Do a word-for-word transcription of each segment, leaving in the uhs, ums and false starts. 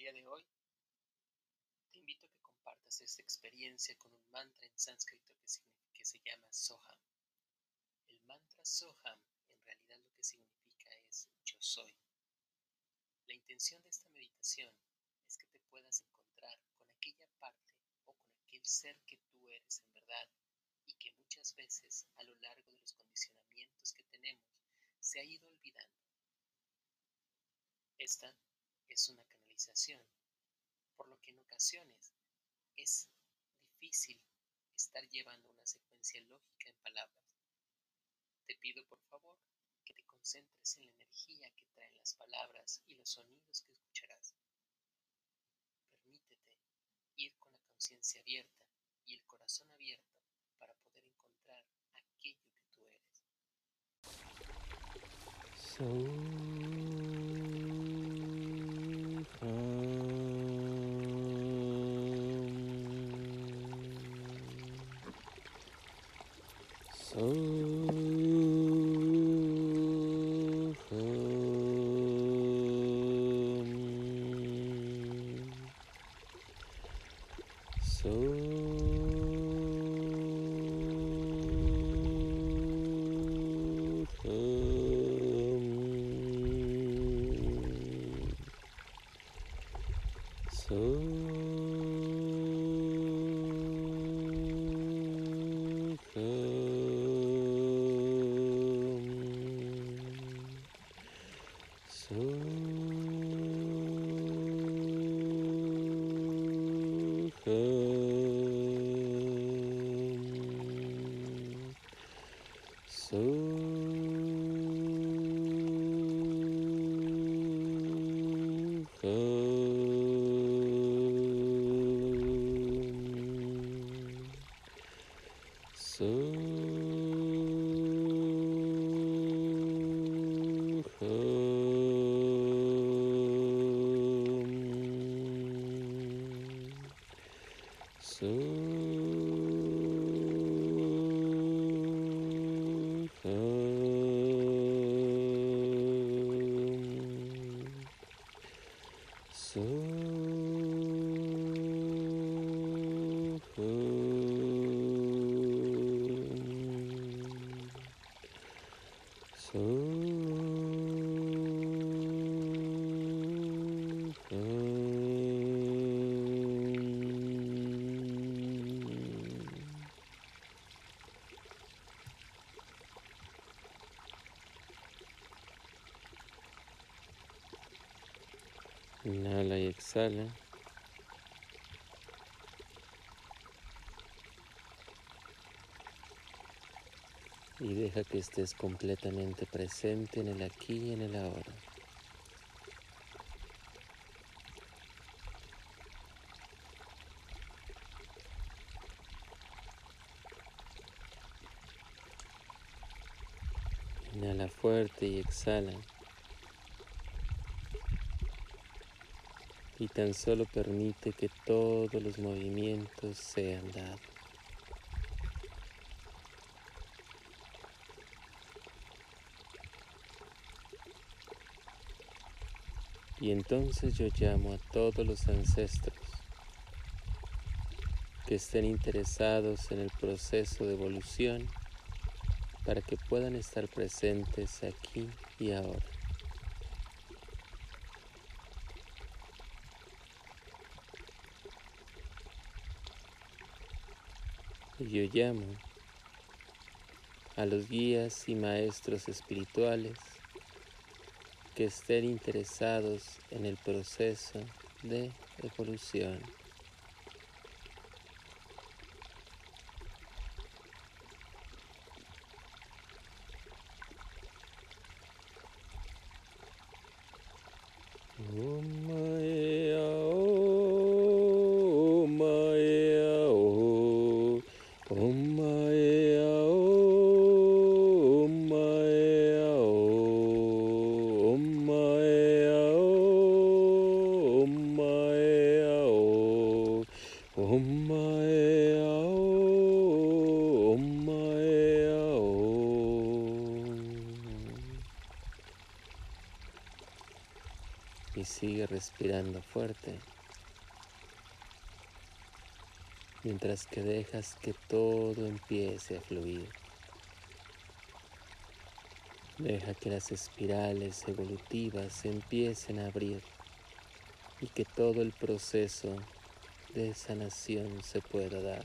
día de hoy te invito a que compartas esta experiencia con un mantra en sánscrito que, que se llama Soham. El mantra Soham en realidad lo que significa es yo soy. La intención de esta meditación es que te puedas encontrar con aquella parte o con aquel ser que tú eres en verdad y que muchas veces a lo largo de los condicionamientos que tenemos se ha ido olvidando. Esta es una canalización, por lo que en ocasiones es difícil estar llevando una secuencia lógica en palabras. Te pido por favor que te concentres en la energía que traen las palabras y los sonidos que escucharás. Permítete ir con la conciencia abierta y el corazón abierto para poder encontrar aquello que tú eres. Inhala y exhala. Y deja que estés completamente presente en el aquí y en el ahora. Inhala fuerte y exhala. Y tan solo permite que todos los movimientos sean dados. Y entonces yo llamo a todos los ancestros que estén interesados en el proceso de evolución para que puedan estar presentes aquí y ahora. Y yo llamo a los guías y maestros espirituales que estén interesados en el proceso de evolución. Om Maya Om Maya Om Maya Om Maya Om Maya Om Maya Om Maya Om Maya y sigue respirando fuerte, mientras que dejas que todo empiece a fluir. Deja que las espirales evolutivas se empiecen a abrir y que todo el proceso de sanación se pueda dar.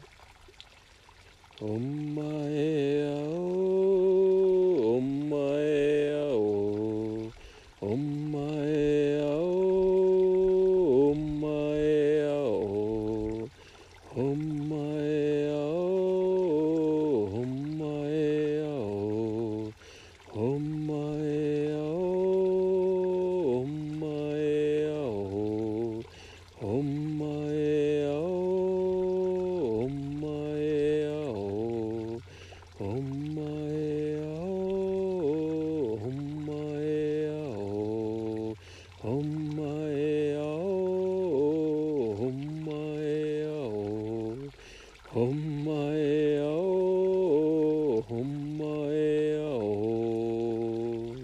Om Maya O, Om Maya O, Om Maya O, Om Maya O, Om Maya O, Om Maya O, Om Maya O, Om Maya O, Om Maya O, Om Maya O, Om Maya O, Om Maya O, Om Maya O, Om Maya O, Om Maya O, Om Maya O.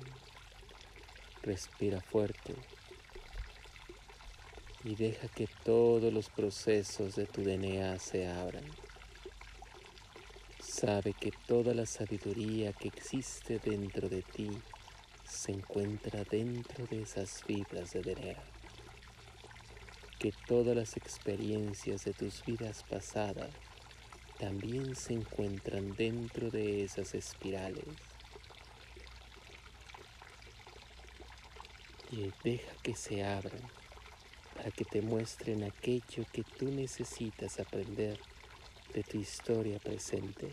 Respira fuerte y deja que todos los procesos de tu D N A se abran. Sabe que toda la sabiduría que existe dentro de ti se encuentra dentro de esas fibras de D N A. Que todas las experiencias de tus vidas pasadas también se encuentran dentro de esas espirales. Y deja que se abran para que te muestren aquello que tú necesitas aprender de tu historia presente.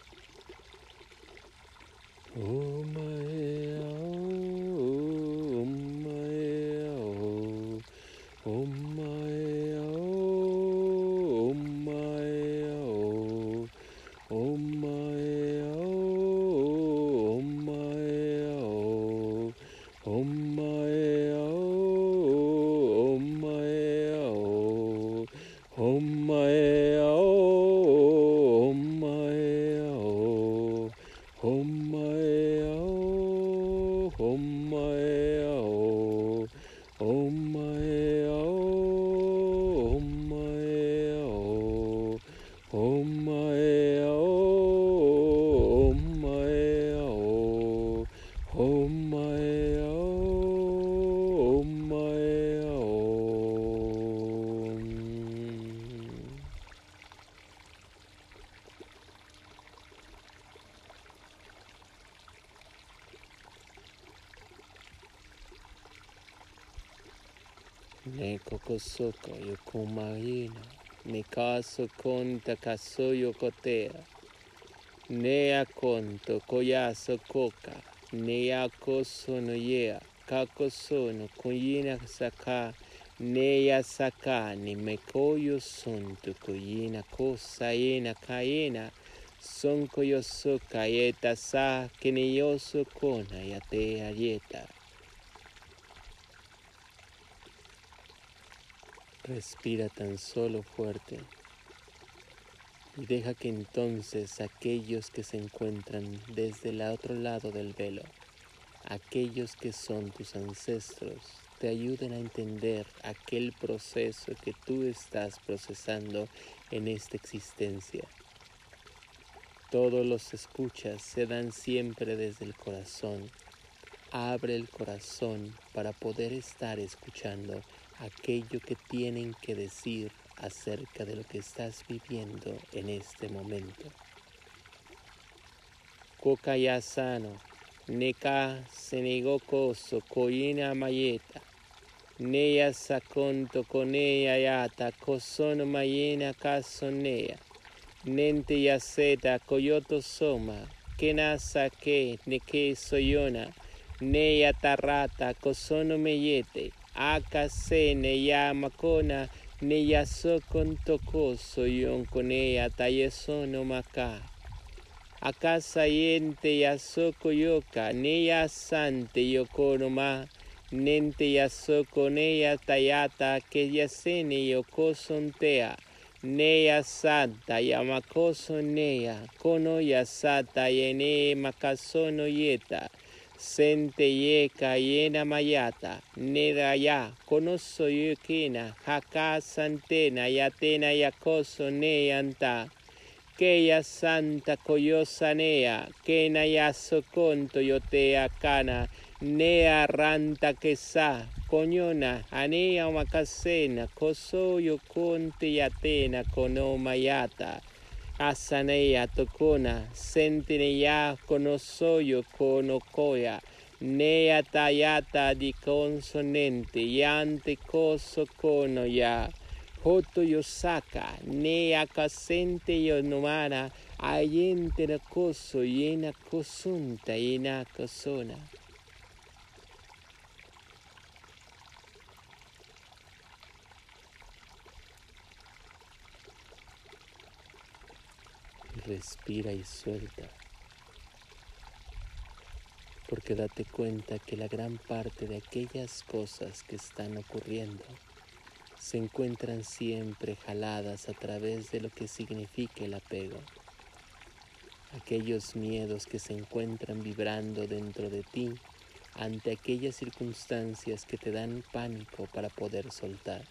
Om Maya O, Om Maya O, Om Maya O, Om Maya O, Om Maya O, Om Maya O, Om Maya O, Om Maya O, Om Maya O, Om Maya O, Om Maya O, Om Maya O, Om Maya O, Om Maya O, Om Maya O, Om Maya O, Om Maya O, Om Maya O. Neko kosoko yokumaina, mikaso konta kaso yokotea, nea konto koyaso koka, nea koso no yea, kakoso no kuyina saka, nea saka ni mekoyo sonto kuyina kosa yena kayena, sonko yosoka yeta sa kene yoso kona yate ayeta. Respira tan solo fuerte y deja que entonces aquellos que se encuentran desde el otro lado del velo, aquellos que son tus ancestros, te ayuden a entender aquel proceso que tú estás procesando en esta existencia. Todos los escuchas se dan siempre desde el corazón. Abre el corazón para poder estar escuchando aquello que tienen que decir acerca de lo que estás viviendo en este momento. Kokayasano, neka senegoko sokoina mayeta, neya sakonto koneya yata kosono mayena kasonea, nente yaseta koyoto soma, kenasa ke neke soyona, neya tarata kosono meyete, akase neya makona, neya sokon toko soyon koneya tayesono maka. Akasa yente yasoko yoka, neya sante yokono ma, nente yasoko neya tayata que yasene yokosontea, neya santa yamakoso neya, kono yasata yene makasono yeta, Sente yeka yena mayata, neraya, konoso yukina, haka santena, yatena yakoso neyanta. Keya santa koyosanea, kena yaso konto yotea kana, nea ranta kesa, coñona, anea makasena, koso yokonte yatena kono mayata. Asanea tokona, senteneya konosoyo konokoya, nea tayata di consonente, yante koso kono ya. Hoto yosaka, nea kasente yonomana, ayente na koso, yena kosunta, yena kosona. Respira y suelta, porque date cuenta que la gran parte de aquellas cosas que están ocurriendo se encuentran siempre jaladas a través de lo que significa el apego. Aquellos miedos que se encuentran vibrando dentro de ti ante aquellas circunstancias que te dan pánico para poder soltar.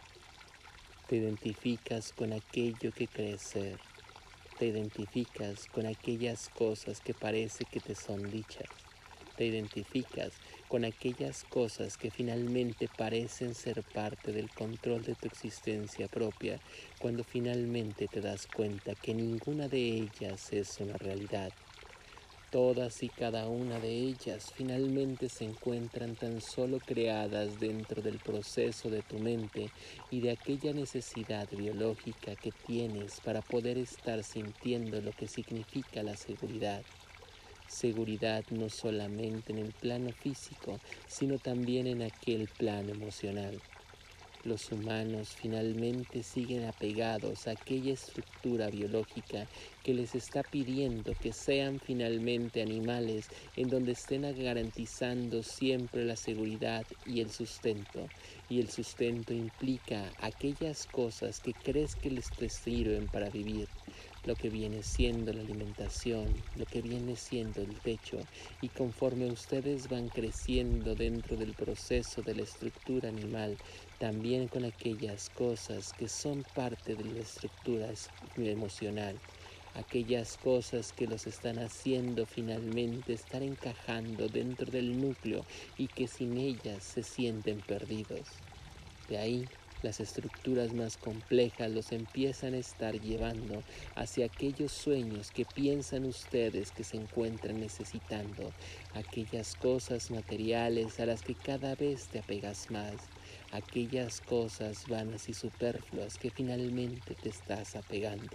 Te identificas con aquello que crees ser. Te identificas con aquellas cosas que parece que te son dichas. Te identificas con aquellas cosas que finalmente parecen ser parte del control de tu existencia propia, cuando finalmente te das cuenta que ninguna de ellas es una realidad. Todas y cada una de ellas finalmente se encuentran tan solo creadas dentro del proceso de tu mente y de aquella necesidad biológica que tienes para poder estar sintiendo lo que significa la seguridad. Seguridad no solamente en el plano físico, sino también en aquel plano emocional. Los humanos finalmente siguen apegados a aquella estructura biológica que les está pidiendo que sean finalmente animales en donde estén garantizando siempre la seguridad y el sustento. Y el sustento implica aquellas cosas que crees que les te sirven para vivir. Lo que viene siendo la alimentación, lo que viene siendo el techo, y conforme ustedes van creciendo dentro del proceso de la estructura animal, también con aquellas cosas que son parte de la estructura emocional, aquellas cosas que los están haciendo finalmente estar encajando dentro del núcleo y que sin ellas se sienten perdidos. De ahí, las estructuras más complejas los empiezan a estar llevando hacia aquellos sueños que piensan ustedes que se encuentran necesitando, aquellas cosas materiales a las que cada vez te apegas más, aquellas cosas vanas y superfluas que finalmente te estás apegando.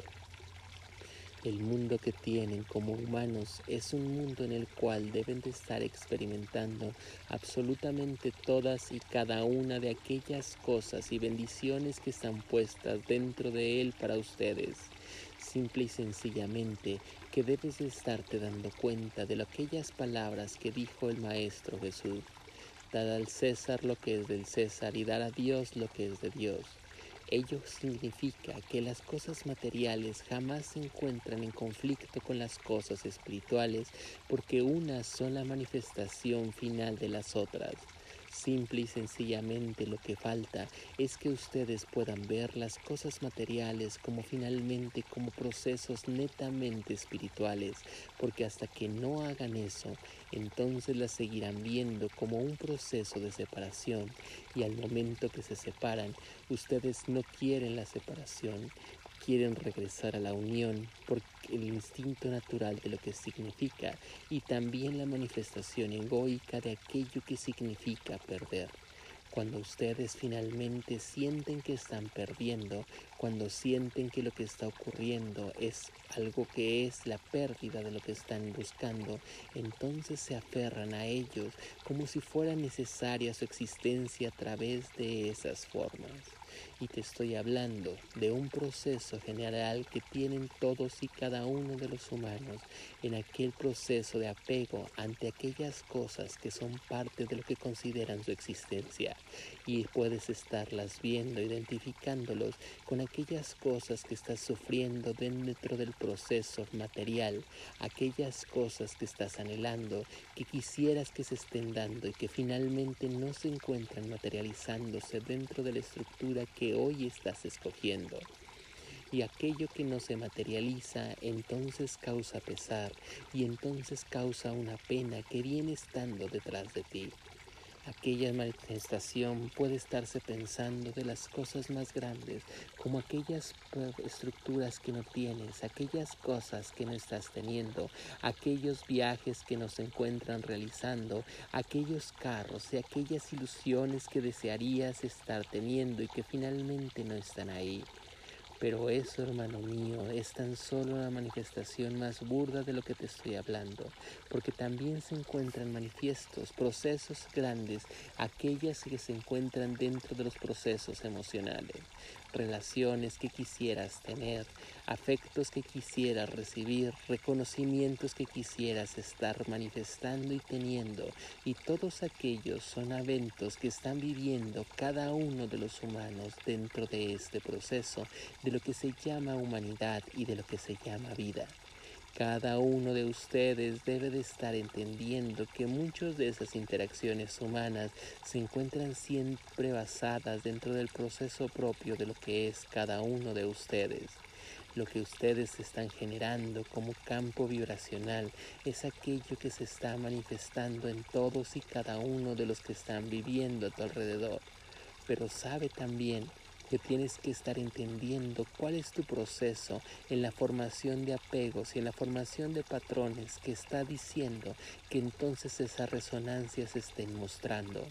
El mundo que tienen como humanos es un mundo en el cual deben de estar experimentando absolutamente todas y cada una de aquellas cosas y bendiciones que están puestas dentro de él para ustedes. Simple y sencillamente que debes de estarte dando cuenta de aquellas palabras que dijo el Maestro Jesús. Dad al César lo que es del César y dar a Dios lo que es de Dios. Ello significa que las cosas materiales jamás se encuentran en conflicto con las cosas espirituales porque unas son la manifestación final de las otras. Simple y sencillamente lo que falta es que ustedes puedan ver las cosas materiales como finalmente como procesos netamente espirituales, porque hasta que no hagan eso, entonces las seguirán viendo como un proceso de separación, y al momento que se separan, ustedes no quieren la separación, quieren regresar a la unión por el instinto natural de lo que significa y también la manifestación egoica de aquello que significa perder. Cuando ustedes finalmente sienten que están perdiendo, cuando sienten que lo que está ocurriendo es algo que es la pérdida de lo que están buscando, entonces se aferran a ellos como si fuera necesaria su existencia a través de esas formas. y te estoy hablando de un proceso general que tienen todos y cada uno de los humanos en aquel proceso de apego ante aquellas cosas que son parte de lo que consideran su existencia, y puedes estarlas viendo, identificándolos con aquellas cosas que estás sufriendo dentro del proceso material, aquellas cosas que estás anhelando, que quisieras que se estén dando y que finalmente no se encuentran materializándose dentro de la estructura que hoy estás escogiendo. Y aquello que no se materializa entonces causa pesar, y entonces causa una pena que viene estando detrás de ti. Aquella manifestación puede estarse pensando de las cosas más grandes, como aquellas estructuras que no tienes, aquellas cosas que no estás teniendo, aquellos viajes que no se encuentran realizando, aquellos carros y aquellas ilusiones que desearías estar teniendo y que finalmente no están ahí. Pero eso, hermano mío, es tan solo la manifestación más burda de lo que te estoy hablando, porque también se encuentran manifiestos, procesos grandes, aquellas que se encuentran dentro de los procesos emocionales, relaciones que quisieras tener, afectos que quisieras recibir, reconocimientos que quisieras estar manifestando y teniendo, y todos aquellos son eventos que están viviendo cada uno de los humanos dentro de este proceso, de lo que se llama humanidad y de lo que se llama vida. Cada uno de ustedes debe de estar entendiendo que muchas de esas interacciones humanas se encuentran siempre basadas dentro del proceso propio de lo que es cada uno de ustedes. Lo que ustedes están generando como campo vibracional es aquello que se está manifestando en todos y cada uno de los que están viviendo a tu alrededor. Pero sabe también que tienes que estar entendiendo cuál es tu proceso en la formación de apegos y en la formación de patrones que está diciendo que entonces esas resonancias se estén mostrando.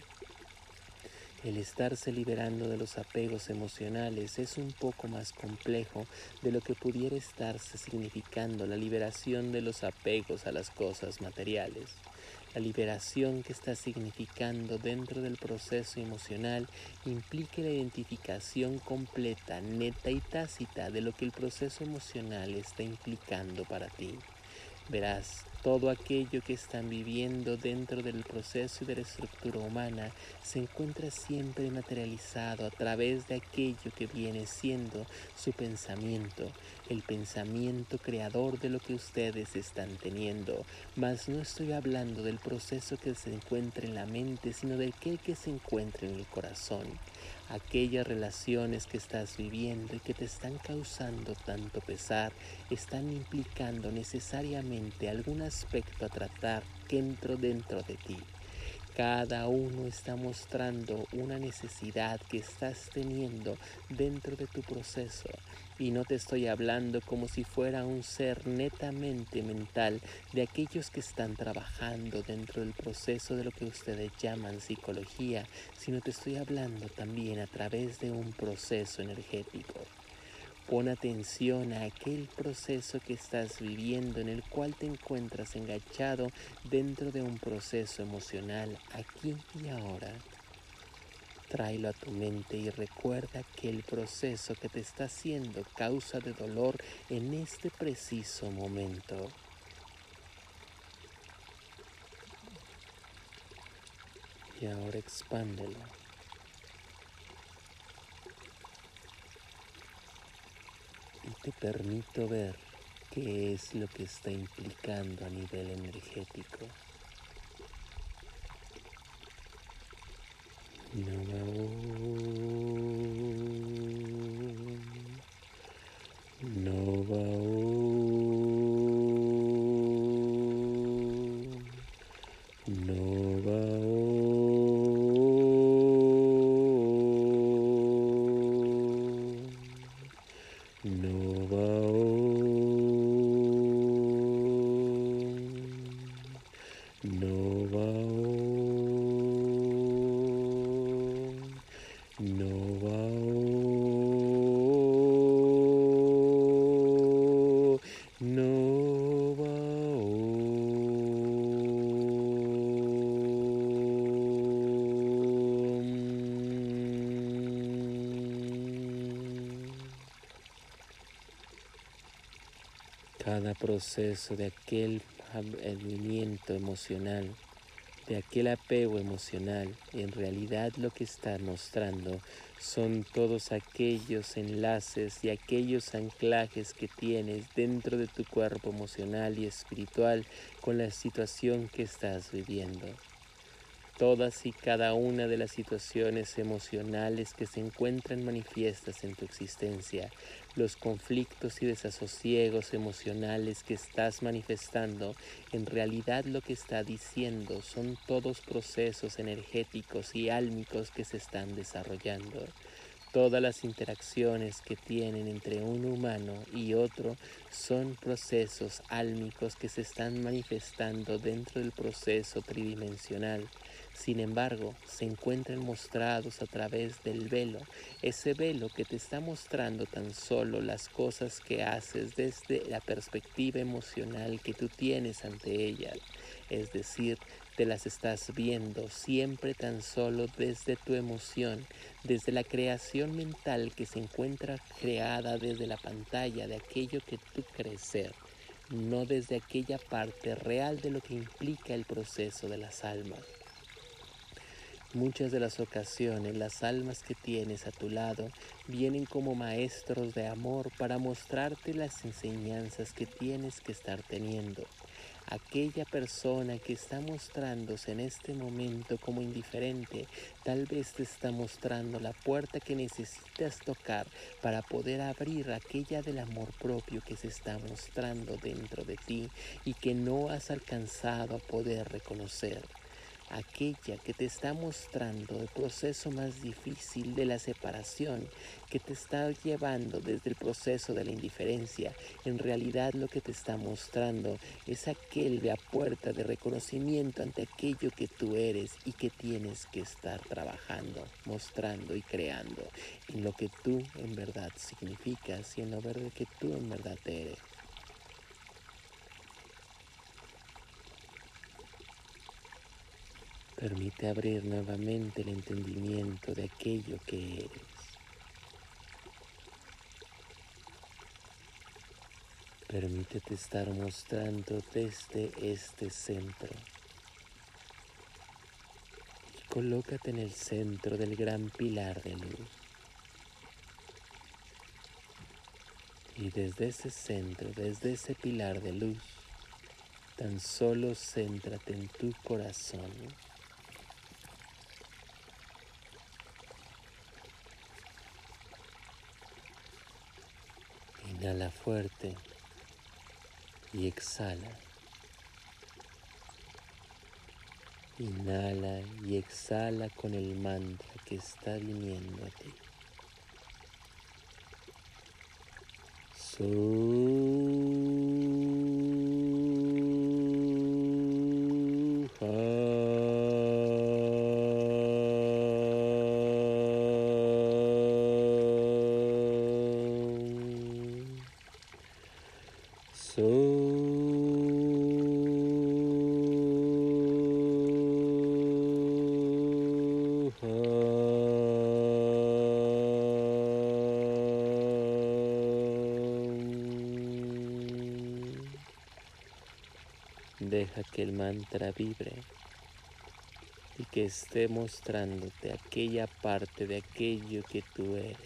El estarse liberando de los apegos emocionales es un poco más complejo de lo que pudiera estarse significando la liberación de los apegos a las cosas materiales. La liberación que está significando dentro del proceso emocional implica la identificación completa, neta y tácita de lo que el proceso emocional está implicando para ti. Verás, todo aquello que están viviendo dentro del proceso y de la estructura humana se encuentra siempre materializado a través de aquello que viene siendo su pensamiento, el pensamiento creador de lo que ustedes están teniendo. Mas no estoy hablando del proceso que se encuentra en la mente, sino de aquel que se encuentra en el corazón. Aquellas relaciones que estás viviendo y que te están causando tanto pesar están implicando necesariamente algún aspecto a tratar dentro dentro de ti. Cada uno está mostrando una necesidad que estás teniendo dentro de tu proceso. Y no te estoy hablando como si fuera un ser netamente mental de aquellos que están trabajando dentro del proceso de lo que ustedes llaman psicología, sino te estoy hablando también a través de un proceso energético. Pon atención a aquel proceso que estás viviendo en el cual te encuentras enganchado dentro de un proceso emocional aquí y ahora. Tráelo a tu mente y recuerda que el proceso que te está haciendo causa de dolor en este preciso momento. Y ahora expándelo. Y te permito ver qué es lo que está implicando a nivel energético. Namo Nova Nova Nova Nova Nova Nova cada proceso de aquel movimiento emocional, de aquel apego emocional, en realidad lo que está mostrando son todos aquellos enlaces y aquellos anclajes que tienes dentro de tu cuerpo emocional y espiritual con la situación que estás viviendo. Todas y cada una de las situaciones emocionales que se encuentran manifiestas en tu existencia, los conflictos y desasosiegos emocionales que estás manifestando, en realidad lo que está diciendo son todos procesos energéticos y álmicos que se están desarrollando. Todas las interacciones que tienen entre un humano y otro son procesos álmicos que se están manifestando dentro del proceso tridimensional. Sin embargo, se encuentran mostrados a través del velo, ese velo que te está mostrando tan solo las cosas que haces desde la perspectiva emocional que tú tienes ante ellas. Es decir, te las estás viendo siempre tan solo desde tu emoción, desde la creación mental que se encuentra creada desde la pantalla de aquello que tú crees ser, no desde aquella parte real de lo que implica el proceso de las almas. Muchas de las ocasiones las almas que tienes a tu lado vienen como maestros de amor para mostrarte las enseñanzas que tienes que estar teniendo. Aquella persona que está mostrándose en este momento como indiferente, tal vez te está mostrando la puerta que necesitas tocar para poder abrir aquella del amor propio que se está mostrando dentro de ti y que no has alcanzado a poder reconocer. Aquella que te está mostrando el proceso más difícil de la separación, que te está llevando desde el proceso de la indiferencia, en realidad lo que te está mostrando es aquella puerta de reconocimiento ante aquello que tú eres y que tienes que estar trabajando, mostrando y creando en lo que tú en verdad significas y en lo verde que tú en verdad eres. Permite abrir nuevamente el entendimiento de aquello que eres. Permítete estar mostrando desde este centro. Y colócate en el centro del gran pilar de luz. Y desde ese centro, desde ese pilar de luz, tan solo céntrate en tu corazón. Inhala fuerte y exhala. Inhala y exhala con el mantra que está viniendo a ti. Deja que el mantra vibre y que esté mostrándote aquella parte de aquello que tú eres.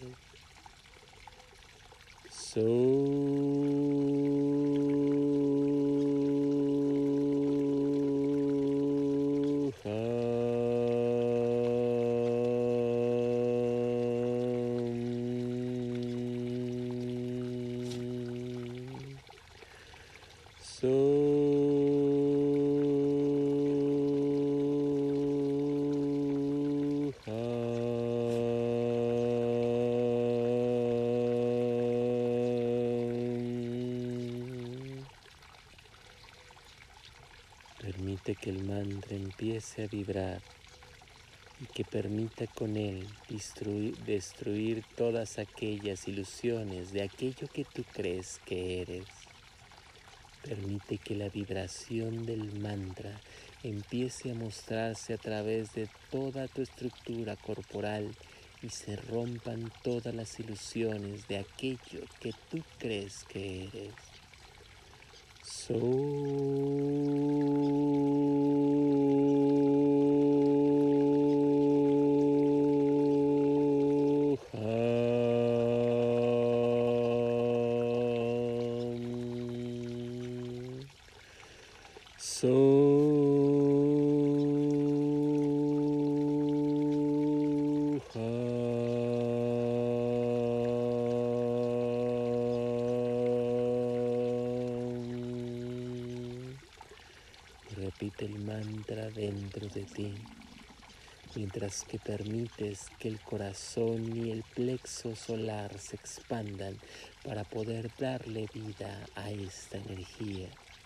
Permite que el mantra empiece a vibrar y que permita con él destruir, destruir todas aquellas ilusiones de aquello que tú crees que eres. Permite que la vibración del mantra empiece a mostrarse a través de toda tu estructura corporal y se rompan todas las ilusiones de aquello que tú crees que eres. Repite el mantra dentro de ti, mientras que permites que el corazón y el plexo solar se expandan para poder darle vida a esta energía.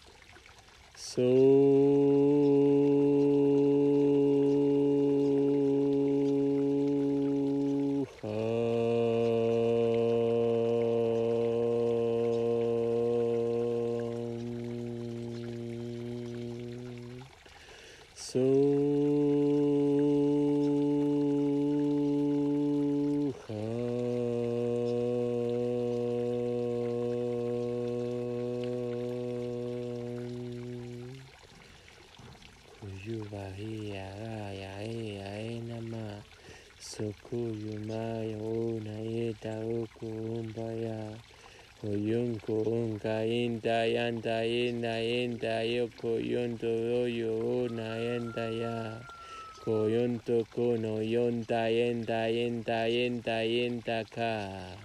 Sukuyumaya una ita uku umbaya Oyunku unka inda yanda inda inda yoko yonto yoyo una yanda ya Koyonto kono yonta yenda yenda yenda yenda ka.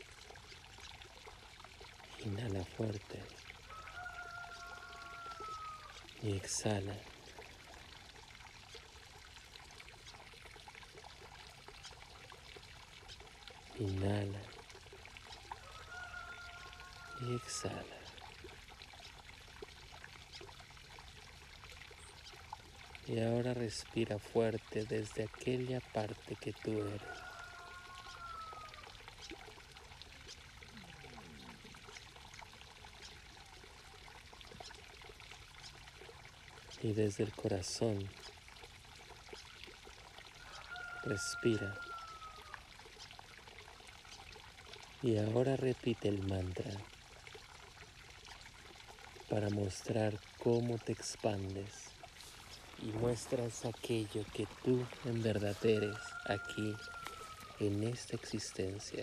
Inhala fuerte y exhala. Inhala y exhala. Y ahora respira fuerte desde aquella parte que tú eres. Y desde el corazón, respira. Y ahora repite el mantra para mostrar cómo te expandes y muestras aquello que tú en verdad eres aquí, en esta existencia.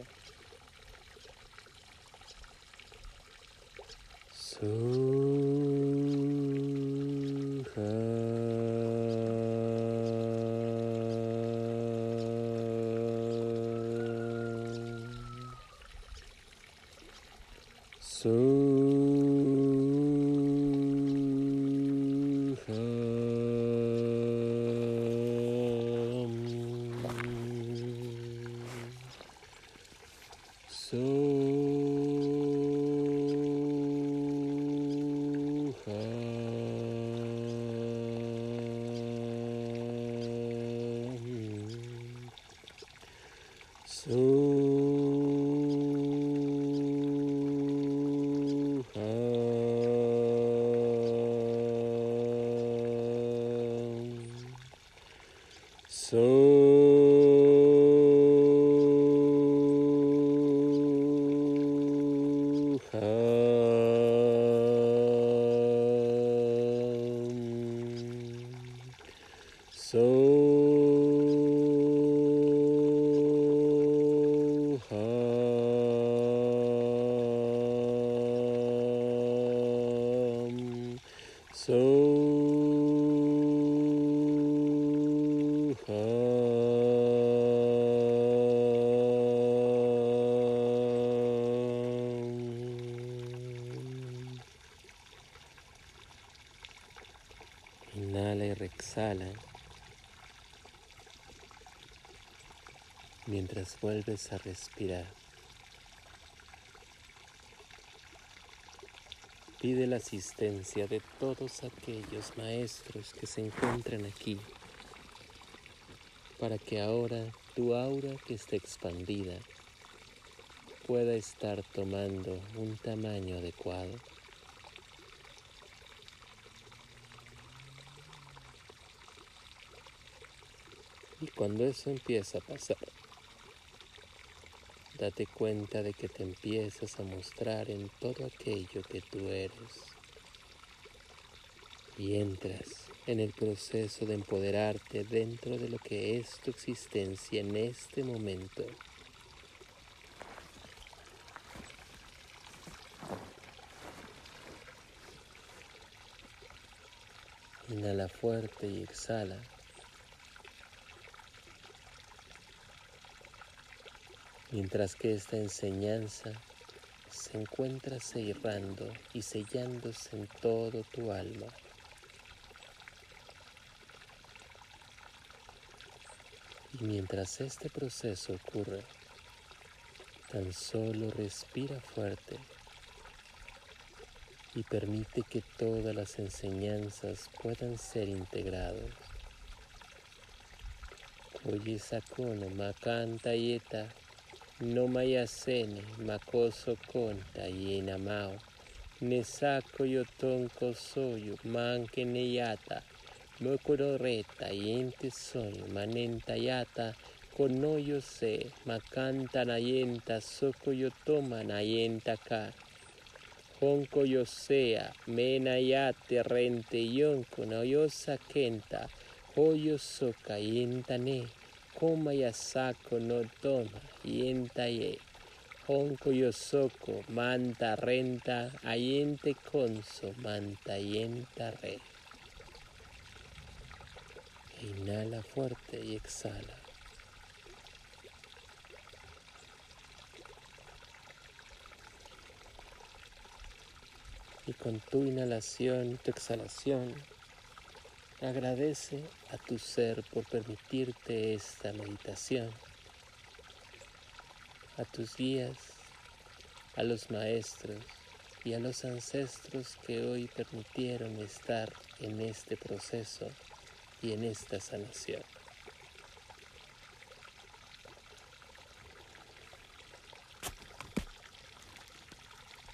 Soha. Inhala y exhala mientras vuelves a respirar. Pide la asistencia de todos aquellos maestros que se encuentran aquí para que ahora tu aura que está expandida pueda estar tomando un tamaño adecuado. Y cuando eso empieza a pasar, date cuenta de que te empiezas a mostrar en todo aquello que tú eres. y entras en el proceso de empoderarte dentro de lo que es tu existencia en este momento. Inhala fuerte y exhala. Mientras que esta enseñanza se encuentra cerrando y sellándose en todo tu alma. Y mientras este proceso ocurre, tan solo respira fuerte y permite que todas las enseñanzas puedan ser integradas. Oye sakono makanta yeta, no mayasene makoso konta yena mao, nesako yotonko soyo manke neyata, mokoro reta yente soyo manenta yata, konoyo se makanta nayenta soko yotoma nayenta ka. Honko yosea, mena yate rente yonko no yosa kenta, hoyo soka yenta ne, koma yasako no toma yenta ye. Honko yosoko, manta renta, ayente konso, manta yenta re. Inhala fuerte y exhala. Y con tu inhalación y tu exhalación, agradece a tu ser por permitirte esta meditación, a tus guías, a los maestros y a los ancestros que hoy permitieron estar en este proceso y en esta sanación.